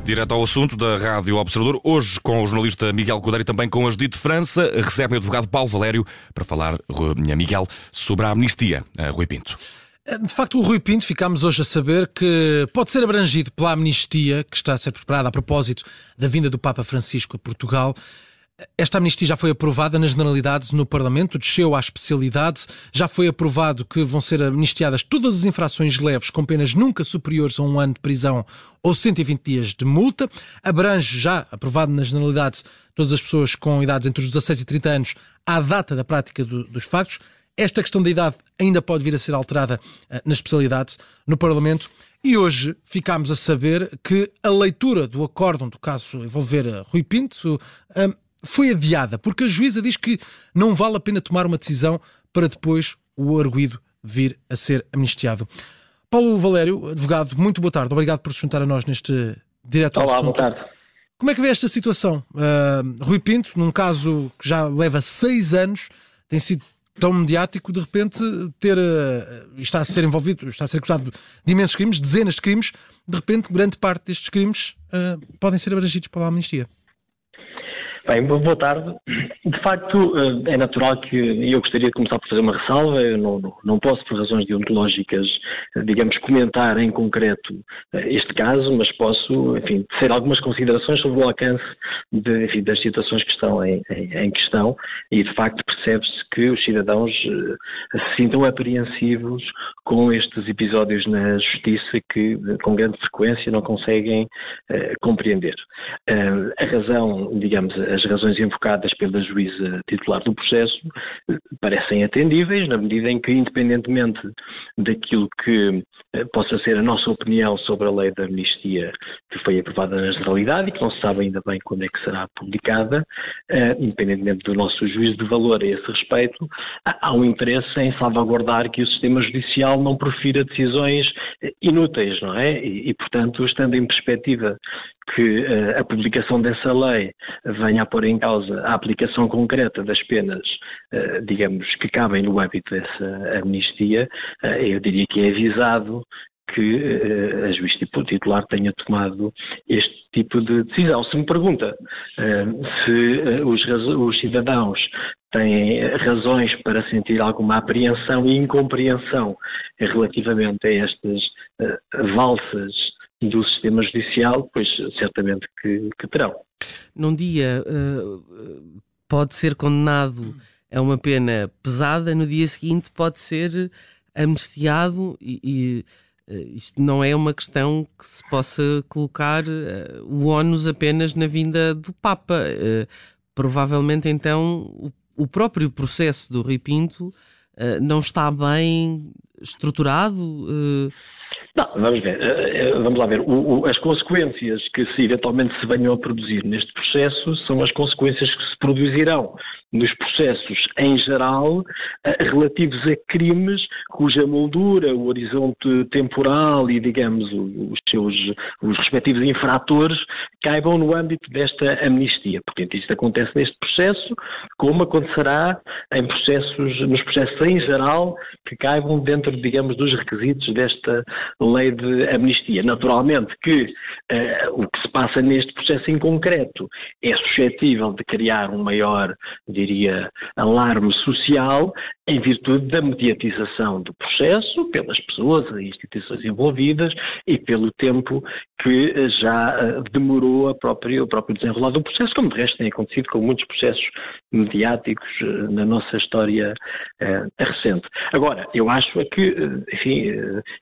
Direto ao assunto da Rádio Observador, hoje com o jornalista Miguel Cordeiro e também com a Judite França, recebe o advogado Paulo Valério para falar, Miguel, sobre a amnistia. Rui Pinto. De facto, o Rui Pinto, ficámos hoje a saber que pode ser abrangido pela amnistia que está a ser preparada a propósito da vinda do Papa Francisco a Portugal. Esta amnistia já foi aprovada nas generalidades no Parlamento, desceu à especialidade, já foi aprovado que vão ser amnistiadas todas as infrações leves com penas nunca superiores a 1 ano de prisão ou 120 dias de multa. Abrange já, aprovado nas generalidades, todas as pessoas com idades entre os 16 e 30 anos à data da prática dos factos. Esta questão da idade ainda pode vir a ser alterada na especialidade no Parlamento. E hoje ficámos a saber que a leitura do acórdão do caso envolver Rui Pinto foi adiada, porque a juíza diz que não vale a pena tomar uma decisão para depois o arguido vir a ser amnistiado. Paulo Valério, advogado, muito boa tarde. Obrigado por se juntar a nós neste direto ao assunto. Olá, boa tarde. Como é que vê esta situação? Rui Pinto, num caso que já leva 6 anos, tem sido tão mediático, de repente está a ser envolvido, está a ser acusado de imensos crimes, dezenas de crimes, de repente grande parte destes crimes podem ser abrangidos pela amnistia. Bem, boa tarde. De facto, é natural que eu gostaria de começar por fazer uma ressalva. Eu não posso, por razões deontológicas, digamos, comentar em concreto este caso, mas posso, enfim, tecer algumas considerações sobre o alcance das situações que estão em questão, e de facto percebe-se que os cidadãos se sintam apreensivos com estes episódios na justiça que com grande frequência não conseguem compreender. A razão, digamos, as razões invocadas pela juíza titular do processo parecem atendíveis, na medida em que, independentemente daquilo que possa ser a nossa opinião sobre a lei da amnistia que foi aprovada na generalidade e que não se sabe ainda bem quando é que será publicada, independentemente do nosso juízo de valor a esse respeito, há um interesse em salvaguardar que o sistema judicial não profira decisões inúteis, não é? E portanto, estando em perspectiva que a publicação dessa lei venha a pôr em causa a aplicação concreta das penas, digamos, que cabem no âmbito dessa amnistia, eu diria que é avisado que a juiz titular tenha tomado este tipo de decisão. Se me pergunta se os cidadãos têm razões para sentir alguma apreensão e incompreensão relativamente a estas valsas do sistema judicial, pois certamente que terão. Num dia pode ser condenado a uma pena pesada, no dia seguinte pode ser amnistiado e isto não é uma questão que se possa colocar o ónus apenas na vinda do Papa. Provavelmente então o próprio processo do Rui Pinto não está bem estruturado. Não, vamos lá ver. As consequências que eventualmente se venham a produzir neste processo são as consequências que se produzirão nos processos em geral relativos a crimes cuja moldura, o horizonte temporal e, digamos, os respectivos infratores caibam no âmbito desta amnistia. Portanto, isto acontece neste processo, como acontecerá nos processos em geral que caibam dentro, digamos, dos requisitos desta lei de amnistia. Naturalmente que o que se passa neste processo em concreto é suscetível de criar um maior, diria, alarme social em virtude da mediatização do processo pelas pessoas e instituições envolvidas e pelo tempo que já demorou o próprio desenrolar do processo, como de resto tem acontecido com muitos processos mediáticos na nossa história recente. Agora, eu acho que, enfim,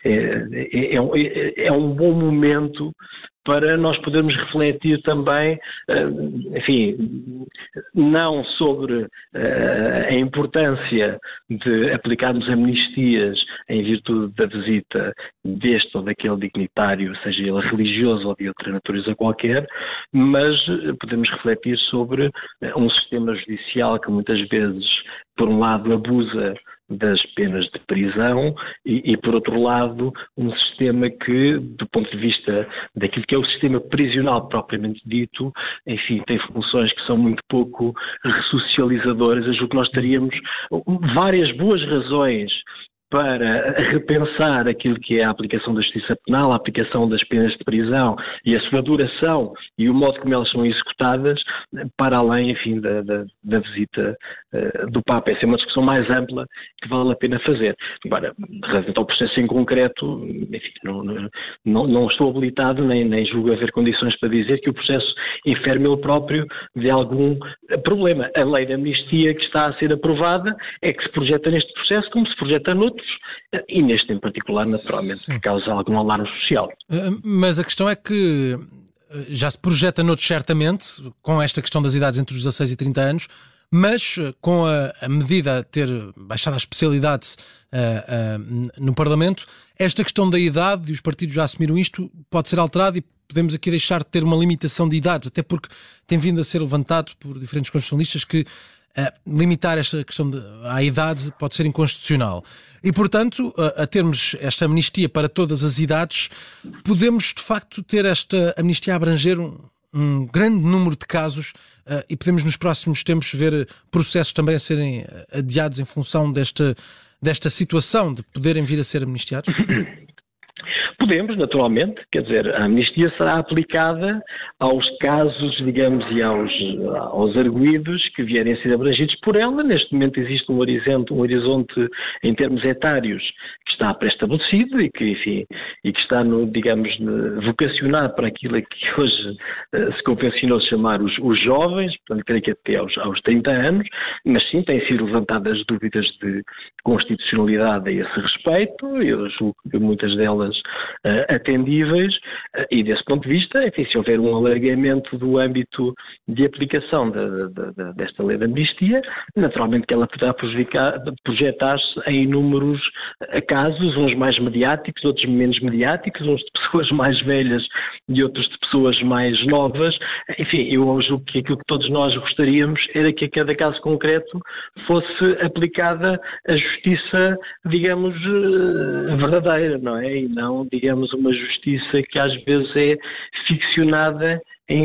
é um bom momento para nós podermos refletir também, enfim, não sobre a importância de aplicarmos amnistias em virtude da visita deste ou daquele dignitário, seja ele religioso ou de outra natureza qualquer, mas podemos refletir sobre um sistema judicial que muitas vezes, por um lado, abusa das penas de prisão e, por outro lado, um sistema que, do ponto de vista daquilo que é o sistema prisional propriamente dito, enfim, tem funções que são muito pouco ressocializadoras. Eu julgo que nós teríamos várias boas razões para repensar aquilo que é a aplicação da justiça penal, a aplicação das penas de prisão e a sua duração e o modo como elas são executadas, para além, enfim, da visita do Papa. Essa é uma discussão mais ampla que vale a pena fazer. Agora, relativamente ao processo em concreto, enfim, não estou habilitado, nem julgo haver condições para dizer que o processo infere ele próprio de algum problema. A lei da amnistia que está a ser aprovada é que se projeta neste processo como se projeta noutros, e neste em particular, naturalmente, Sim. que causa algum alarme social. Mas a questão é que já se projeta noutros, certamente, com esta questão das idades entre os 16 e 30 anos, mas com a medida a ter baixado a especialidade no Parlamento, esta questão da idade, e os partidos já assumiram isto, pode ser alterada e podemos aqui deixar de ter uma limitação de idades, até porque tem vindo a ser levantado por diferentes constitucionalistas que limitar esta questão à idade pode ser inconstitucional. E, portanto, a termos esta amnistia para todas as idades, podemos, de facto, ter esta amnistia a abranger um grande número de casos e podemos, nos próximos tempos, ver processos também a serem adiados em função desta situação de poderem vir a ser amnistiados? Podemos, naturalmente, quer dizer, a amnistia será aplicada aos casos, digamos, e aos arguidos que vierem a ser abrangidos por ela. Neste momento existe um horizonte em termos etários que está pré-estabelecido e que, enfim, e que está, digamos, vocacionado para aquilo que hoje se convencionou chamar os jovens, portanto, creio que até aos 30 anos, mas sim, têm sido levantadas dúvidas de constitucionalidade a esse respeito, eu julgo que muitas delas atendíveis, e desse ponto de vista, enfim, se houver um alargamento do âmbito de aplicação desta lei da amnistia, naturalmente que ela poderá projetar-se em inúmeros casos, uns mais mediáticos, outros menos mediáticos, uns de pessoas mais velhas e outros de pessoas mais novas. Enfim, eu julgo que aquilo que todos nós gostaríamos era que a cada caso concreto fosse aplicada a justiça, digamos, verdadeira, não é? E não, digamos, uma justiça que às vezes é ficcionada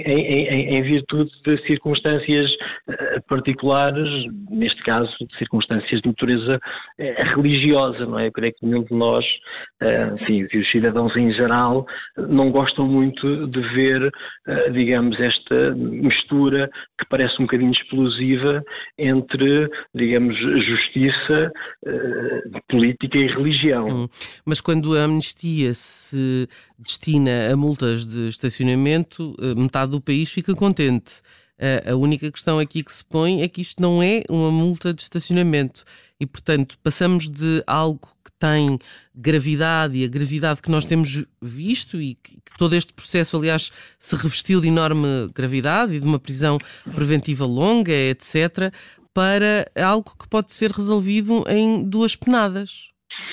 em virtude de circunstâncias particulares, neste caso de circunstâncias de natureza religiosa, não é? Eu creio que nenhum de nós, enfim, os cidadãos em geral, não gostam muito de ver, digamos, esta mistura que parece um bocadinho explosiva entre, digamos, justiça, política e religião. Mas quando a amnistia se destina a multas de estacionamento, metade do país fica contente. A única questão aqui que se põe é que isto não é uma multa de estacionamento e, portanto, passamos de algo que tem gravidade e a gravidade que nós temos visto e que todo este processo, aliás, se revestiu de enorme gravidade e de uma prisão preventiva longa, etc., para algo que pode ser resolvido em 2 penadas.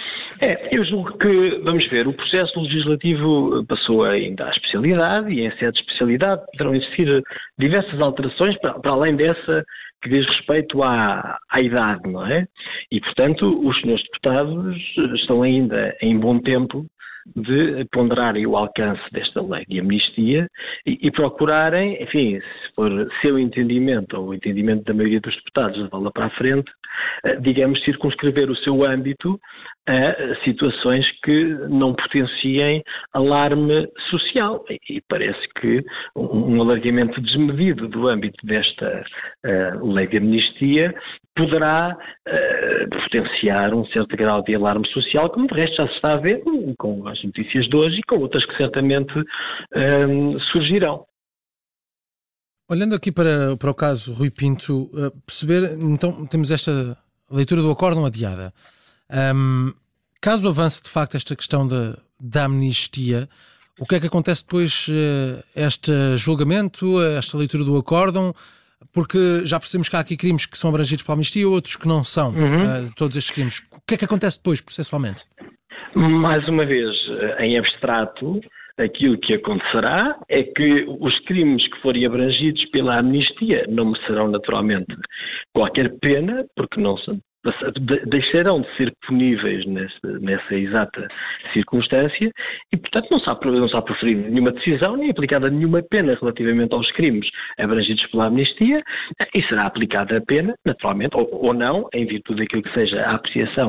Eu julgo que, vamos ver, o processo legislativo passou ainda à especialidade e em sede de especialidade poderão existir diversas alterações para além dessa que diz respeito à idade, não é? E, portanto, os senhores deputados estão ainda em bom tempo de ponderarem o alcance desta lei de amnistia e procurarem, enfim, se for seu entendimento ou o entendimento da maioria dos deputados de bola para a frente, digamos, circunscrever o seu âmbito a situações que não potenciem alarme social. E parece que um alargamento desmedido do âmbito desta lei de amnistia poderá potenciar um certo grau de alarme social, como de resto já se está a ver com as notícias de hoje e com outras que certamente surgirão. Olhando aqui para o caso Rui Pinto, perceber, então temos esta leitura do acórdão adiada. Caso avance de facto esta questão da amnistia, o que é que acontece depois este julgamento, esta leitura do acórdão? Porque já percebemos que há aqui crimes que são abrangidos pela amnistia, outros que não são, todos estes crimes. O que é que acontece depois, processualmente? Mais uma vez, em abstrato, aquilo que acontecerá é que os crimes que forem abrangidos pela amnistia não merecerão naturalmente qualquer pena, porque não deixarão de ser puníveis nessa exata circunstância e, portanto, não será proferida nenhuma decisão nem aplicada nenhuma pena relativamente aos crimes abrangidos pela amnistia e será aplicada a pena, naturalmente, ou não, em virtude daquilo que seja a apreciação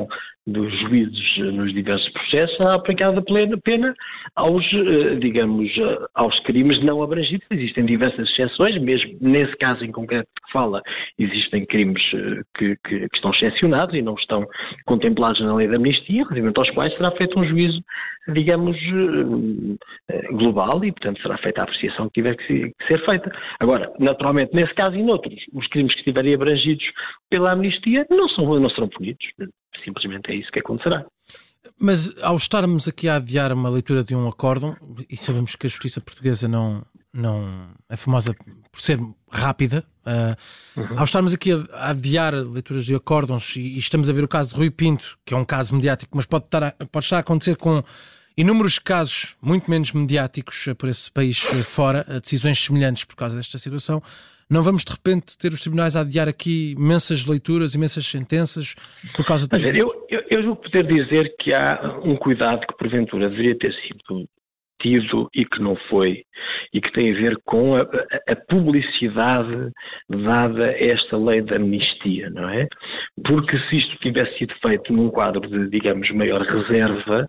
dos juízes nos diversos processos, será aplicada pena aos, digamos, aos crimes não abrangidos. Existem diversas exceções, mesmo nesse caso em concreto que fala, existem crimes que estão excepcionados e não estão contemplados na lei da amnistia, relativamente aos quais será feito um juízo, digamos, global e, portanto, será feita a apreciação que tiver que ser feita. Agora, naturalmente, nesse caso e noutros, os crimes que estiverem abrangidos pela amnistia não serão punidos. Simplesmente é isso que acontecerá. Mas ao estarmos aqui a adiar uma leitura de um acórdão, e sabemos que a justiça portuguesa não é famosa por ser rápida, ao estarmos aqui a adiar leituras de acórdãos e estamos a ver o caso de Rui Pinto, que é um caso mediático, mas pode estar a acontecer com inúmeros casos muito menos mediáticos por esse país fora, decisões semelhantes por causa desta situação, não vamos de repente ter os tribunais a adiar aqui imensas leituras, imensas sentenças por causa de tudo isto? Eu vou poder dizer que há um cuidado que porventura deveria ter sido tido e que não foi, e que tem a ver com a publicidade dada a esta lei da amnistia, não é? Porque se isto tivesse sido feito num quadro de, digamos, maior reserva,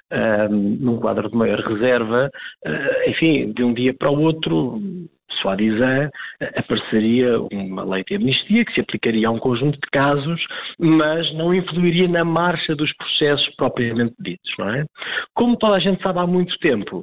enfim, de um dia para o outro, soi-disant, apareceria uma lei de amnistia que se aplicaria a um conjunto de casos, mas não influiria na marcha dos processos propriamente ditos, não é? Como toda a gente sabe há muito tempo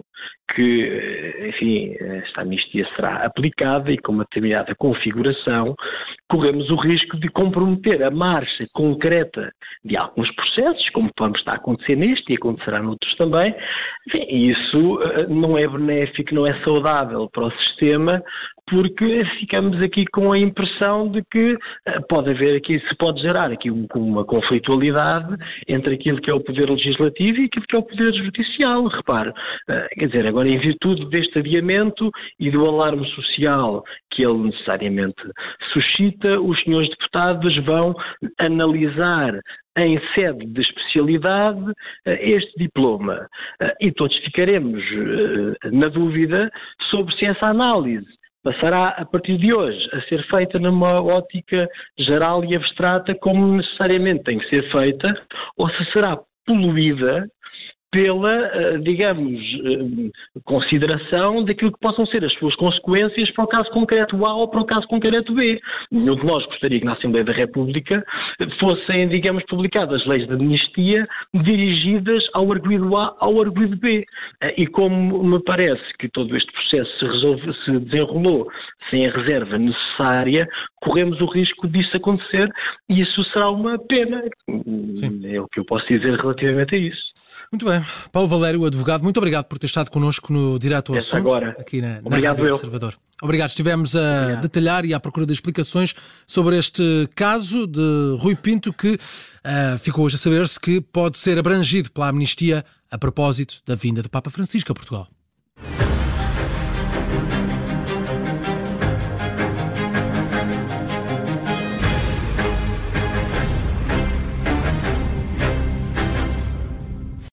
que, enfim, esta amnistia será aplicada e com uma determinada configuração, corremos o risco de comprometer a marcha concreta de alguns processos, como vamos estar a acontecer neste e acontecerá noutros também. Enfim, isso não é benéfico, não é saudável para o sistema, porque ficamos aqui com a impressão de que se pode gerar aqui uma conflitualidade entre aquilo que é o poder legislativo e aquilo que é o poder judicial. Repare, quer dizer, agora em virtude deste adiamento e do alarme social que ele necessariamente suscita, os senhores deputados vão analisar em sede de especialidade este diploma e todos ficaremos na dúvida sobre se essa análise passará, a partir de hoje, a ser feita numa ótica geral e abstrata, como necessariamente tem que ser feita, ou se será poluída pela, digamos, consideração daquilo que possam ser as suas consequências para o caso concreto A ou para o caso concreto B. Nenhum de nós gostaria que na Assembleia da República fossem, digamos, publicadas leis de amnistia dirigidas ao arguido A ao arguido B. E como me parece que todo este processo se desenrolou sem a reserva necessária, corremos o risco disso acontecer e isso será uma pena. Sim. É o que eu posso dizer relativamente a isso. Muito bem. Paulo Valério, advogado, muito obrigado por ter estado connosco no Direto ao Assunto, aqui na Rádio Observador. Obrigado. Estivemos a detalhar e à procura de explicações sobre este caso de Rui Pinto, que ficou hoje a saber-se que pode ser abrangido pela amnistia a propósito da vinda do Papa Francisco a Portugal.